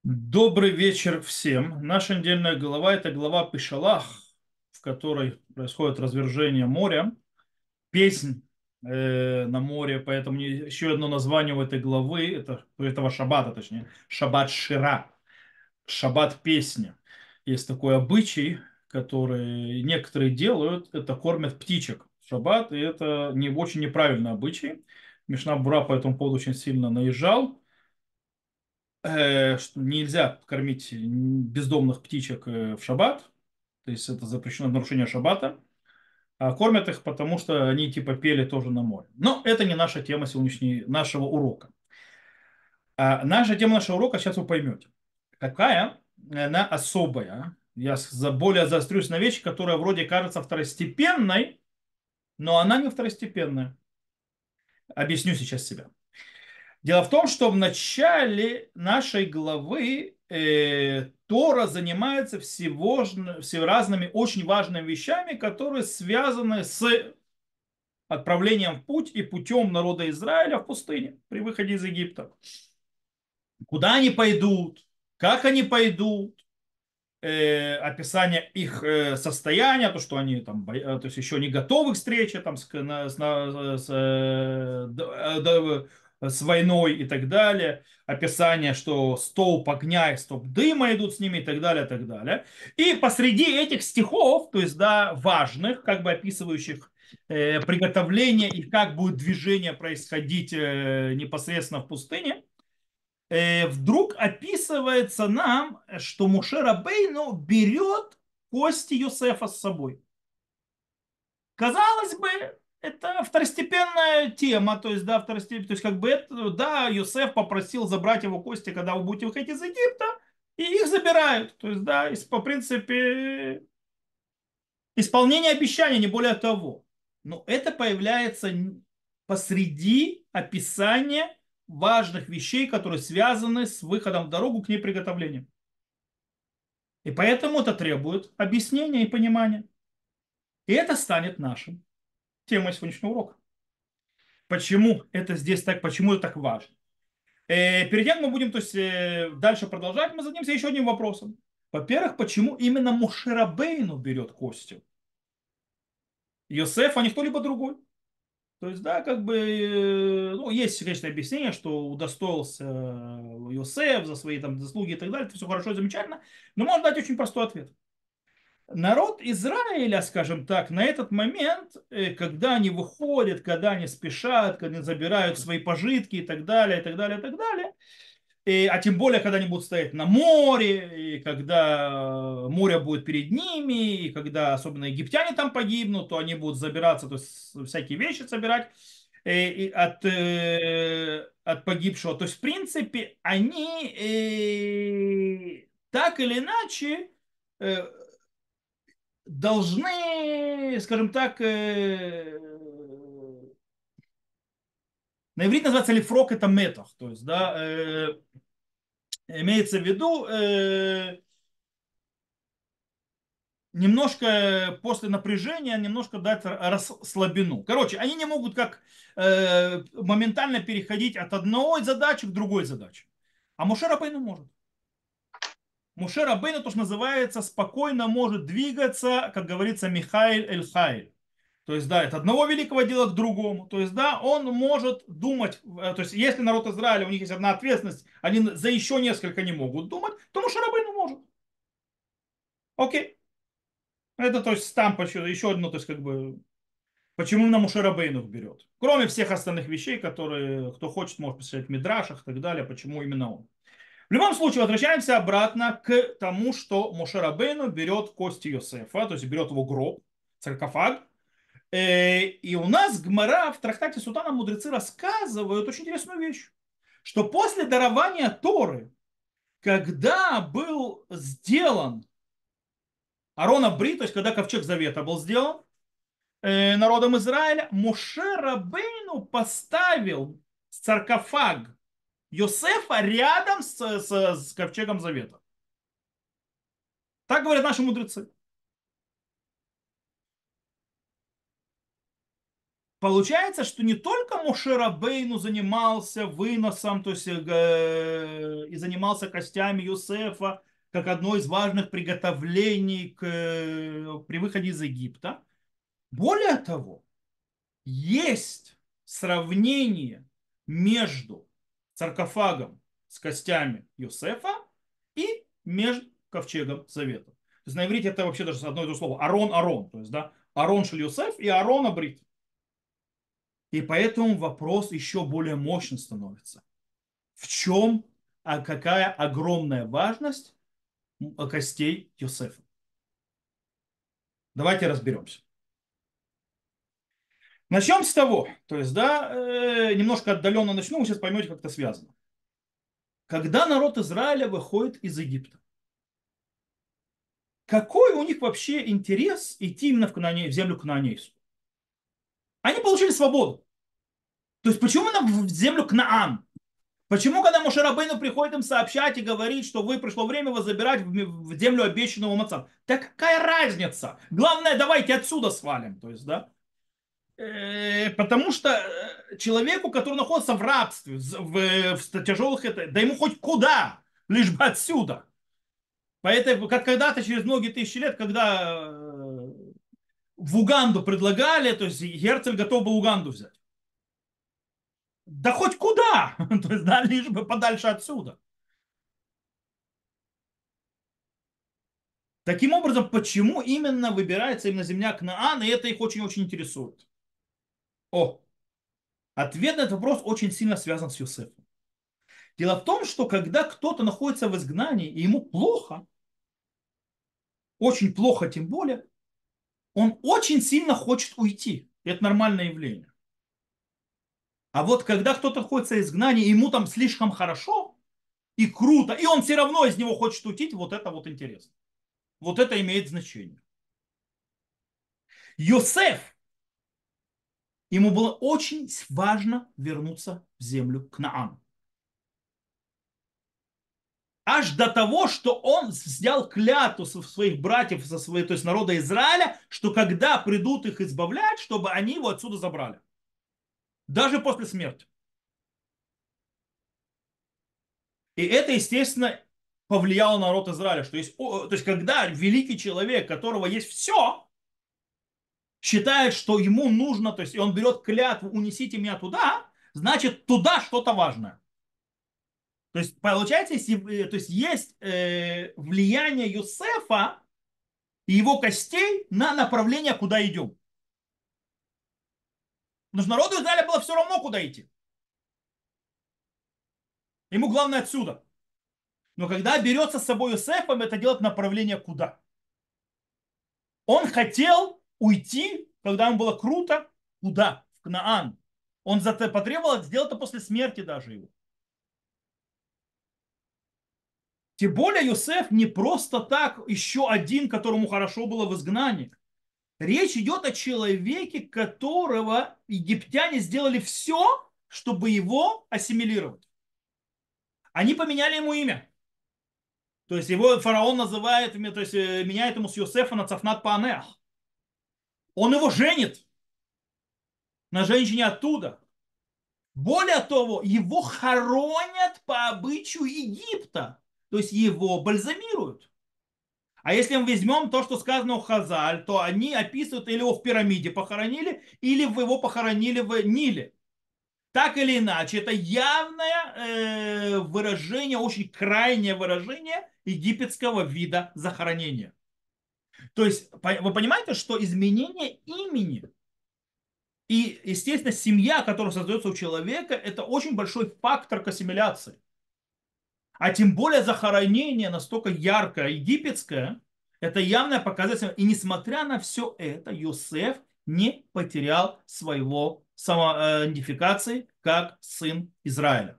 Добрый вечер всем. Наша недельная глава – это глава Пишалах, в которой происходит развержение моря, песнь на море, поэтому еще одно название у этой главы, этого шаббата, точнее, шаббат Шира, шаббат песни. Есть такой обычай, который некоторые делают, это кормят птичек в шаббат, и это не очень неправильный обычай. Мишна Бура по этому поводу очень сильно наезжал, что нельзя кормить бездомных птичек в шаббат, то есть это запрещено нарушение шаббата, а кормят их, потому что они типа пели тоже на море. Но это не наша тема сегодняшней нашего урока. Наша тема нашего урока, сейчас вы поймете. Какая? Она особая. Я более заострюсь на вещи, которая вроде кажется второстепенной, но она не второстепенная. Объясню сейчас себя. Дело в том, что в начале нашей главы Тора занимается всего разными очень важными вещами, которые связаны с отправлением в путь и путем народа Израиля в пустыне при выходе из Египта. Куда они пойдут, как они пойдут, описание их состояния, то, что они там, то есть еще не готовы к встрече там, с войной и так далее, описание, что столб огня и столб дыма идут с ними и так далее, и так далее. И посреди этих стихов, то есть, да, важных, как бы описывающих приготовление и как будет движение происходить непосредственно в пустыне, вдруг описывается нам, что Муше Рабейну берет кости Йосефа с собой. Казалось бы, это второстепенная тема, то есть, да, то есть, как бы это, да, Йосеф попросил забрать его кости, когда вы будете выходить из Египта, и их забирают. То есть, да, по принципе, исполнение обещания, не более того. Но это появляется посреди описания важных вещей, которые связаны с выходом в дорогу к ней приготовлением. И поэтому это требует объяснения и понимания. И это станет нашим темой сегодняшнего урока. Почему это здесь так, почему это так важно? Перед тем, как мы будем то есть, дальше продолжать, мы зададимся еще одним вопросом. Во-первых, почему именно Мушерабейну берет кости? Йосеф, а не кто-либо другой. То есть, да, как бы, ну, есть, конечно, объяснение, что удостоился Йосеф за свои там заслуги и так далее, это все хорошо и замечательно, но можно дать очень простой ответ. Народ Израиля, скажем так, на этот момент, когда они выходят, когда они спешат, когда они забирают свои пожитки и так далее, и так далее, и так далее, а тем более, когда они будут стоять на море, и когда море будет перед ними, и когда особенно египтяне там погибнут, то они будут забираться, то есть всякие вещи собирать от погибшего. То есть, в принципе, они так или иначе э, должны, скажем так, на иврите называется лифрок это метах, то есть, да, имеется в виду немножко после напряжения немножко дать слабину. Короче, они не могут как моментально переходить от одной задачи к другой задаче. А Моше Рабейну может. Моше Рабейну, то, что называется, спокойно может двигаться, как говорится, Михаил Эль-Хайль. То есть, да, от одного великого дела к другому. То есть, да, он может думать, то есть, если народ Израиля, у них есть одна ответственность, они за еще несколько не могут думать, то Моше Рабейну может. Окей. Это, то есть, там еще одно, то есть, как бы, почему на Моше Рабейну берет. Кроме всех остальных вещей, которые, кто хочет, может посмотреть в Мидрашах и так далее, почему именно он. В любом случае, возвращаемся обратно к тому, что Моше Рабейну берет кости Йосефа, то есть берет его гроб, саркофаг. И у нас Гмара в трактате Сутана мудрецы рассказывают очень интересную вещь, что после дарования Торы, когда был сделан Арона Бри, то есть когда ковчег Завета был сделан народом Израиля, Моше Рабейну поставил саркофаг Йосефа рядом с ковчегом Завета. Так говорят наши мудрецы. получается, что не только Моше Рабейну занимался выносом, то есть и занимался костями Юсефа, как одно из важных приготовлений при выходе из Египта. Более того, есть сравнение между саркофагом с костями Юсефа и между ковчегом Завета. То есть на иврите это вообще даже одно и то же слово. Арон, Арон. То есть, да, Арон шель Юсеф и Арон Абрит. И поэтому вопрос еще более мощным становится. В чем, какая огромная важность костей Юсефа? Давайте разберемся. Начнем с того, то есть, да, немножко отдаленно начну, вы сейчас поймете, как это связано. Когда народ Израиля выходит из Египта, какой у них вообще интерес идти именно в землю Кнаанейскую? Они получили свободу. То есть почему именно в землю Кнаан? Почему, когда Моше Рабейну приходит им сообщать и говорит, что вы пришло время вас забирать в землю обещанного Мацам? Да какая разница? Главное, давайте отсюда свалим. То есть, да? Потому что человеку, который находится в рабстве, в тяжелых, да ему хоть куда, лишь бы отсюда. Поэтому, как когда-то, через многие тысячи лет, когда в Уганду предлагали, то есть Герцель готов был Уганду взять. Да хоть куда, то есть, да, лишь бы подальше отсюда. Таким образом, почему именно выбирается именно земля Кнаан, и это их очень-очень интересует? О, ответ на этот вопрос очень сильно связан с Юсефом. Дело в том, что когда кто-то находится в изгнании, и ему плохо, очень плохо тем более, он очень сильно хочет уйти. Это нормальное явление. А вот когда кто-то находится в изгнании, и ему там слишком хорошо и круто, и он все равно из него хочет уйти, вот это вот интересно. Вот это имеет значение. Йосеф, ему было очень важно вернуться в землю Кнаан. Аж до того, что он взял клятву своих братьев, то есть народа Израиля, что когда придут их избавлять, чтобы они его отсюда забрали. Даже после смерти. И это, естественно, повлияло на народ Израиля. Что есть, то есть когда великий человек, у которого есть все, считает, что ему нужно, то есть и он берет клятву, унесите меня туда, значит туда что-то важное. То есть получается, то есть есть влияние Юсефа и его костей на направление, куда идем. Потому что народу Израиля было все равно, куда идти. Ему главное отсюда. Но когда берется с собой Юсефом, это делает направление куда. Он хотел уйти, когда ему было круто, куда? В Кнаан. Он потребовал сделать это после смерти даже его. Тем более Юсеф не просто так еще один, которому хорошо было в изгнании. Речь идет о человеке, которого египтяне сделали все, чтобы его ассимилировать. Они поменяли ему имя. То есть его фараон называет, то есть меняет ему с Йосефа на Цафнат Паанеах. Он его женит на женщине оттуда. Более того, его хоронят по обычаю Египта. То есть его бальзамируют. А если мы возьмем то, что сказано у Хазаль, то они описывают, или его в пирамиде похоронили, или его похоронили в Ниле. Так или иначе, это явное выражение, очень крайнее выражение египетского вида захоронения. То есть вы понимаете, что изменение имени и, естественно, семья, которая создается у человека, это очень большой фактор к ассимиляции. А тем более захоронение настолько яркое, египетское, это явное показатель. И несмотря на все это, Йосеф не потерял своего самоидентификации как сын Израиля.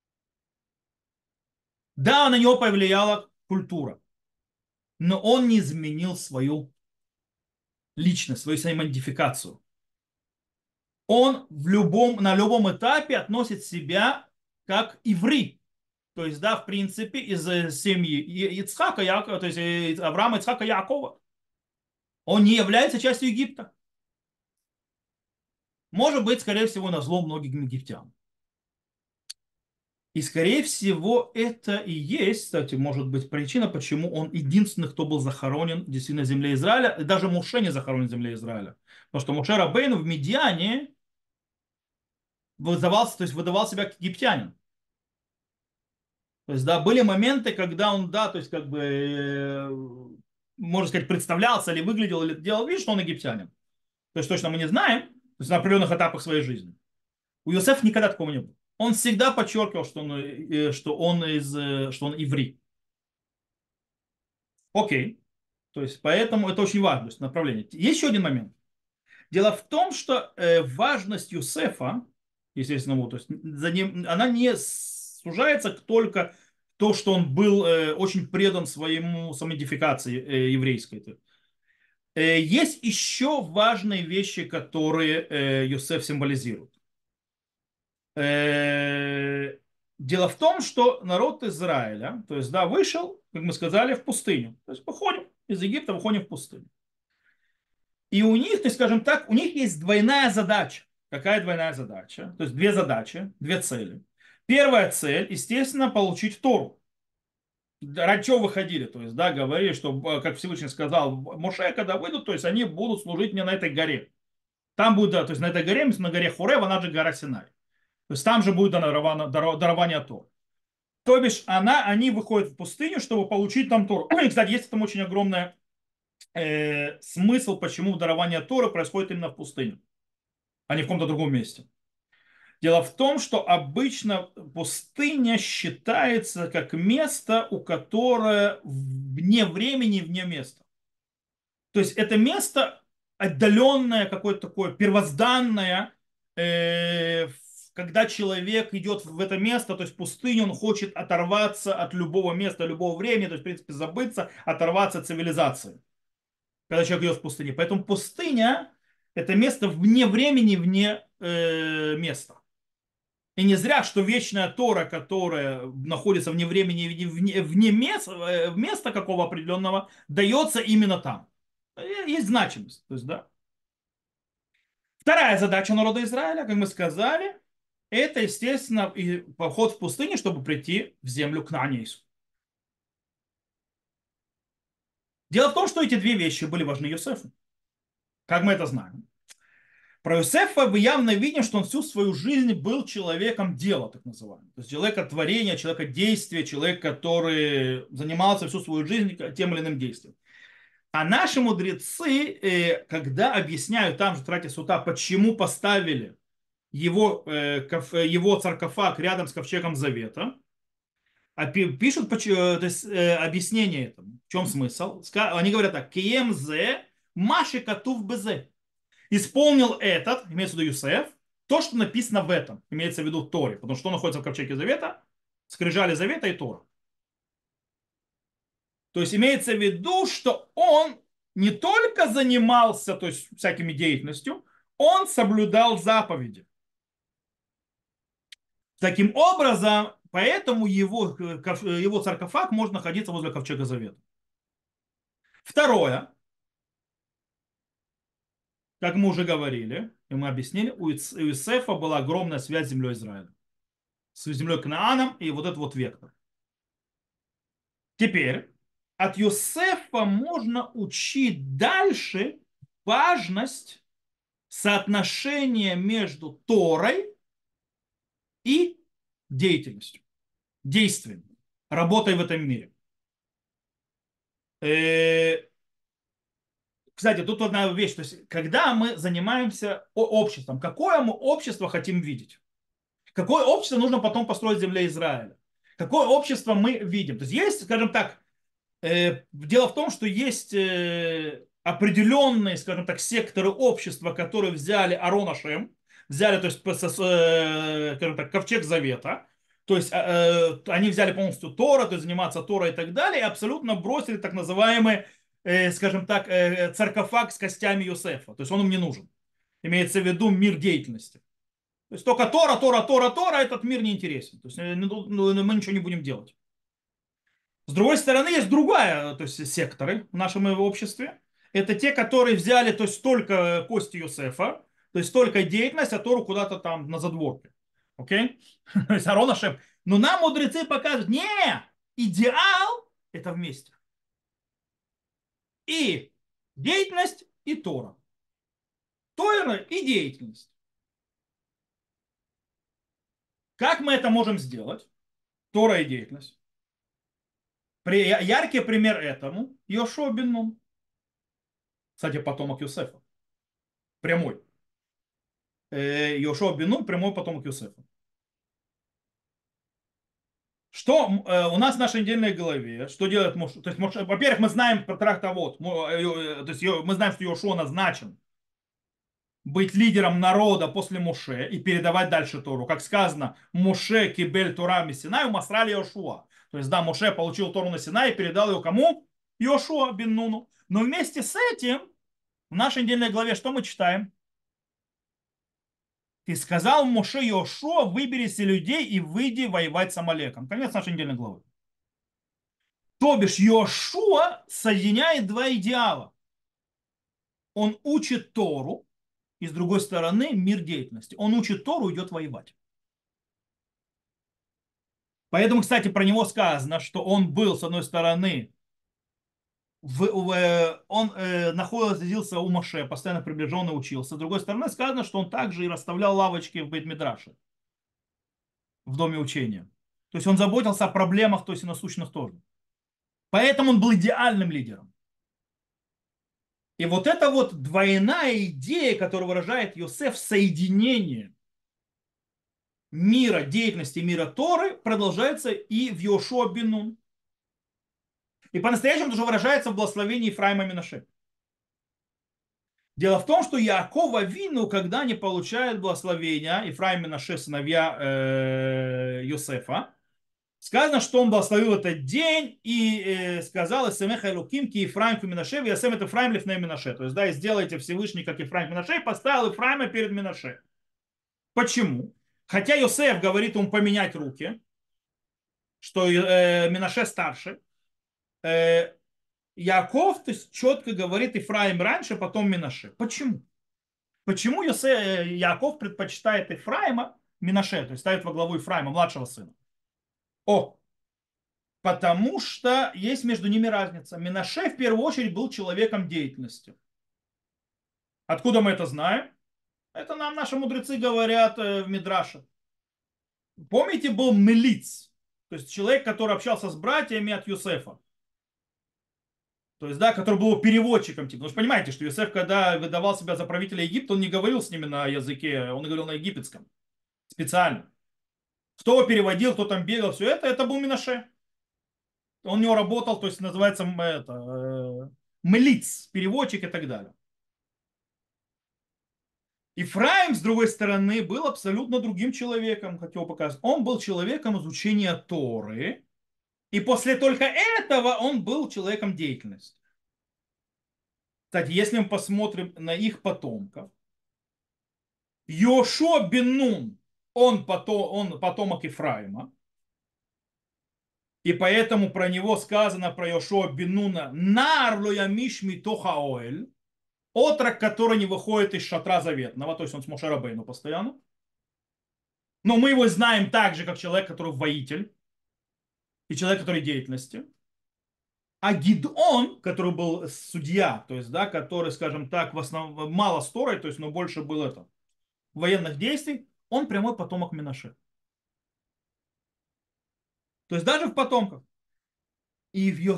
Да, на него повлияла культура, но он не изменил свою личность, свою самоидентификацию. Он на любом этапе относит себя как иври. То есть, да, в принципе, из семьи Ицхака, Якова, то есть из Авраама, Ицхака, Якова. Он не является частью Египта. Может быть, скорее всего, на зло многим египтян. И, скорее всего, это и есть, кстати, может быть, причина, почему он единственный, кто был захоронен действительно в земле Израиля. И даже Муше не захоронен в земле Израиля. Потому что Муше Рабейну в Медиане выдавался, то есть выдавал себя как египтянин. То есть, да, были моменты, когда он, да, то есть, как бы, можно сказать, представлялся или выглядел, или делал вид, что он египтянин. То есть, точно мы не знаем, то есть, на определенных этапах своей жизни. У Иосифа никогда такого не было. Он всегда подчеркивал, что он еврей. Окей. То есть, поэтому это очень важно, то есть, направление. Есть еще один момент. Дело в том, что важность Юсефа, естественно, вот, то есть за ним, она не сужается только то, что он был очень предан своему самоидентификации еврейской. Есть еще важные вещи, которые Юсеф символизирует. Э, Дело в том, что народ Израиля, то есть, да, вышел, как мы сказали, в пустыню. То есть, выходим из Египта, выходим в пустыню. И у них, то есть, скажем так, у них есть двойная задача. Какая двойная задача? То есть две задачи, две цели. Первая цель, естественно, получить Тору. Ради чего выходили? То есть, да, говорили, что, как Всевышний сказал, Моше, когда выйдут, то есть они будут служить мне на этой горе. Там будет, да, то есть на этой горе, на горе Хорев, она же гора Синай. То есть там же будет дарование Торы. То бишь, они выходят в пустыню, чтобы получить там Тору. И, кстати, есть там очень огромный смысл, почему дарование Торы происходит именно в пустыне, а не в каком-то другом месте. Дело в том, что обычно пустыня считается как место, у которого вне времени, вне места. То есть это место отдаленное, какое-то такое первозданное, когда человек идет в это место, то есть в пустыню, он хочет оторваться от любого места, любого времени, то есть, в принципе, забыться, оторваться от цивилизации, когда человек идет в пустыне. Поэтому пустыня – это место вне времени, вне места. И не зря, что вечная Тора, которая находится вне времени, вне места, места какого определенного, дается именно там. Есть значимость. То есть, да. Вторая задача народа Израиля, как мы сказали, это, естественно, поход в пустыню, чтобы прийти в землю Кнаанейскую. Дело в том, что эти две вещи были важны Йосефу. Как мы это знаем? Про Иосифа мы явно видим, что он всю свою жизнь был человеком дела, так называемым. То есть человека творения, человека действия, человек, который занимался всю свою жизнь тем или иным действием. А наши мудрецы, когда объясняют там же в Трате Сута, почему поставили его саркофаг рядом с ковчегом Завета, пишут то есть, объяснение этому. В чем смысл? Они говорят так: «Кием зе маши катув безе». Исполнил этот, имеется в виду Юсеф, то, что написано в этом, имеется в виду Торе, потому что он находится в ковчеге Завета, скрижали Завета и Тора. То есть имеется в виду, что он не только занимался, то есть всякими деятельностью, он соблюдал заповеди. Таким образом, поэтому его саркофаг может находиться возле ковчега Завета. Второе, как мы уже говорили, и мы объяснили, у Иосифа была огромная связь с землей Израиля, с землей Канааном и вот этот вот вектор. Теперь от Иосифа можно учить дальше важность соотношения между Торой и деятельностью, действием, работой в этом мире. Э, Кстати, тут одна вещь, то есть, когда мы занимаемся обществом, какое мы общество хотим видеть? Какое общество нужно потом построить в земле Израиля? Какое общество мы видим? То есть есть, скажем так, дело в том, что есть определенные, скажем так, секторы общества, которые взяли Арон Ашем, взяли, то есть, скажем так, ковчег Завета, то есть они взяли полностью Тора, то есть заниматься Торой и так далее, и абсолютно бросили так называемый, скажем так, саркофаг с костями Йосефа. То есть он им не нужен. Имеется в виду мир деятельности. То есть только Тора, Тора, Тора, Тора, этот мир не интересен. То есть мы ничего не будем делать. С другой стороны, есть другая, то есть секторы в нашем обществе. Это те, которые взяли, то есть только кости Йосефа, То есть только деятельность, а Тору куда-то там на задворке. Окей? То есть Арон Ашем. Но нам мудрецы показывают, не, идеал это вместе. И деятельность, и Тора. Тора и деятельность. Как мы это можем сделать? Тора и деятельность. Яркий пример этому Йошуа бен Нун. Кстати, потомок Юсефа. Прямой. Йошуа бен Нун прямой потомок Юсефа. Что у нас в нашей недельной главе, что делает Моше? То есть, во-первых, мы знаем про трактовод, то есть мы знаем, что Йошуа назначен быть лидером народа после Моше и передавать дальше Тору. Как сказано, Моше кибель Тора Синай, масрали Йошуа. То есть, да, Моше получил Тору на Синай и передал ее кому? Йошуа бен Нуну. Но вместе с этим в нашей недельной главе что мы читаем? Ты сказал Моше Йошуа, выбери себе людей и выйди воевать с Амалеком. Конец нашей недельной главы. То бишь Йошуа соединяет два идеала. Он учит Тору, и с другой стороны мир деятельности. Он учит Тору, идет воевать. Поэтому, кстати, про него сказано, что он был, с одной стороны, он находился у Моше, постоянно приближенно учился. С другой стороны, сказано, что он также и расставлял лавочки в Бейт-Мидраше, в доме учения. То есть он заботился о проблемах, то есть и насущных тоже. Поэтому он был идеальным лидером. И вот эта вот двойная идея, которую выражает Йосеф, соединение мира деятельности, мира Торы, продолжается и в Йошуа бен Нун. И по-настоящему тоже выражается в благословении Ефраима Менаше. Дело в том, что Яакова Авину, когда они получают благословения, Ефраим Менаше, сыновья Йосефа, сказано, что он благословил этот день и сказал Эсэмеха Элуким ки Ефраим ки Менаше, Ясем это Ефраим лифней Менаше. То есть, да, и сделайте Всевышний, как Ефраим Менаше, и поставил Ефраима перед Менаше. Почему? Хотя Йосеф говорит ему поменять руки, что Менаше старше, Яков, то есть, четко говорит Ефраим раньше, потом Менаше. Почему? Почему Яков предпочитает Ефраима Менаше, то есть ставит во главу Ефраима, младшего сына? О, потому что есть между ними разница. Менаше в первую очередь был человеком деятельности. Откуда мы это знаем? Это нам наши мудрецы говорят в Мидраше. Помните, был Мелиц, то есть человек, который общался с братьями от Юсефа. То есть, да, который был переводчиком. Типа. Вы же понимаете, что Юсеф, когда выдавал себя за правителя Египта, он не говорил с ними на языке, он говорил на египетском. Специально. Кто его переводил, кто там бегал, все это был Минаше. Он у него работал, то есть называется млиц, переводчик и так далее. Ифраим, с другой стороны, был абсолютно другим человеком, как его показывают. Он был человеком изучения Торы, и после только этого он был человеком деятельности. Кстати, если мы посмотрим на их потомков, Йошуа бен Нун, он потомок Ифраима, и поэтому про него сказано, про Йошуа бен Нуна, «Нар ло ямиш митоха оэль», отрок, который не выходит из шатра заветного, то есть он с Моше Рабейну постоянно. Но мы его знаем также, как человек, который воитель, и человек, который деятельности. А Гидон, который был судья, то есть, да, который, скажем так, в основном мало с Торой, то есть, но больше был это, военных действий, он прямой потомок Менаше. То есть даже в потомках. И в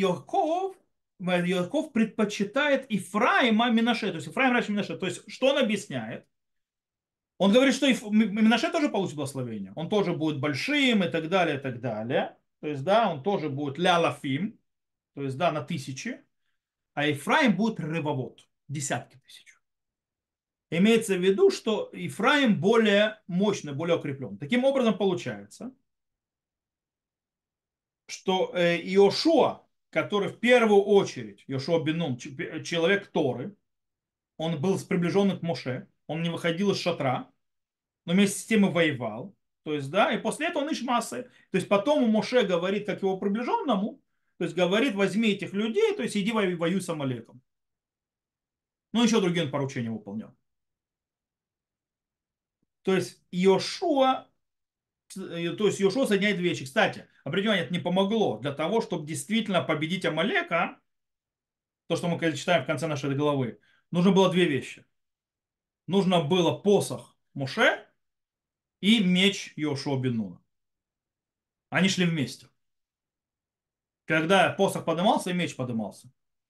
Йаков предпочитает Ифраима Менаше. То есть Ифраим раньше Менаше. То есть что он объясняет? Он говорит, что Менаше тоже получит благословение. Он тоже будет большим и так далее, и так далее. То есть, да, он тоже будет ля-лафим. То есть, да, на тысячи. А Ифраим будет рывовод. Десятки тысяч. Имеется в виду, что Ифраим более мощный, более укреплен. Таким образом получается, что Иошуа, который в первую очередь, Иошуа бен Нун, человек Торы, он был приближенным к Моше, он не выходил из шатра, но вместе с тем и воевал. То есть, да, и после этого он Ишмасы. То есть потом Моше говорит, как его приближенному, то есть говорит, возьми этих людей, то есть иди воюй с Амалеком. Ну, еще другие он поручения выполнял. То есть Иошуа, то есть Иошуа соединяет две вещи. Кстати, обратите это не помогло для того, чтобы действительно победить Амалека, то, что мы читаем в конце нашей главы. Нужно было две вещи. Нужно было посох Моше и меч Иошуа бен Нуна. Они шли вместе. Когда посох поднимался, и меч поднимался.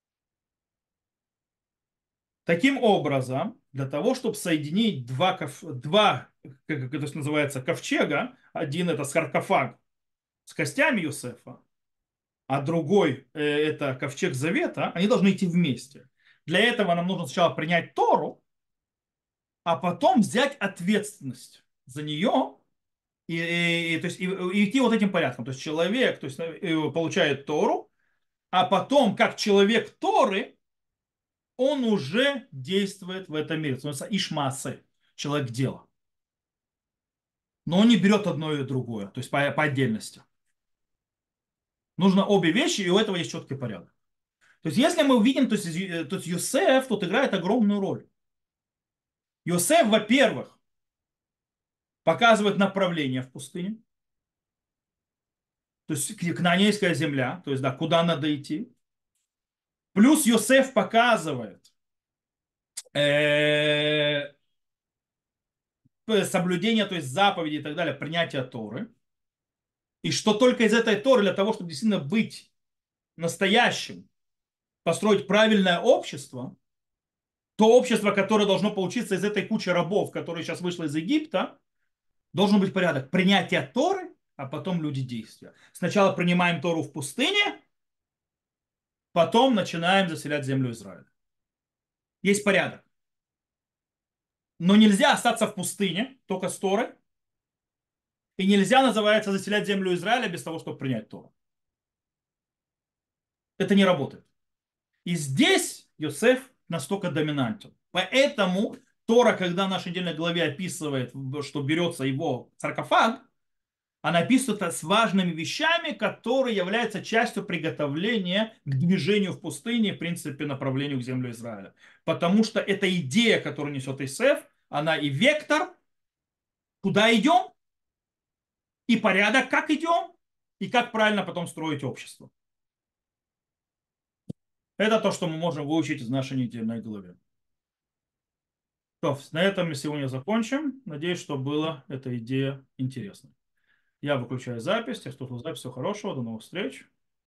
Таким образом, для того, чтобы соединить два как это называется, ковчега, один это саркофаг с костями Юсефа, а другой это ковчег завета, они должны идти вместе. Для этого нам нужно сначала принять Тору, а потом взять ответственность за нее то есть, и идти вот этим порядком. То есть человек то есть, получает Тору, а потом, как человек Торы, он уже действует в этом мире. Становится ишмаасе, человек дела. Но он не берет одно и другое, то есть по отдельности. Нужно обе вещи, и у этого есть четкий порядок. То есть если мы увидим, то есть Йосеф тут играет огромную роль. Йосеф, во-первых, показывает направление в пустыне, то есть кнаанейская земля, то есть да, куда надо идти. Плюс Йосеф показывает э, соблюдение, то есть заповеди и так далее, принятие Торы. И что только из этой Торы для того, чтобы действительно быть настоящим, построить правильное общество, то общество, которое должно получиться из этой кучи рабов, которые сейчас вышло из Египта, должен быть порядок. Принятие Торы, а потом люди действия. Сначала принимаем Тору в пустыне, потом начинаем заселять землю Израиля. Есть порядок. Но нельзя остаться в пустыне только с Торой. И нельзя, называется, заселять землю Израиля без того, чтобы принять Тору. Это не работает. И здесь Йосеф настолько доминантен. Поэтому Тора, когда в нашей недельной главе описывает, что берется его саркофаг, она описывает это с важными вещами, которые являются частью приготовления к движению в пустыне, в принципе, направлению к земле Израиля. Потому что эта идея, которую несет Исеф, она и вектор, куда идем, и порядок, как идем, и как правильно потом строить общество. Это то, что мы можем выучить из нашей недельной главы. То, на этом мы сегодня закончим. Надеюсь, что была эта идея интересной. Я выключаю запись. Я слушал запись. Всего хорошего. До новых встреч.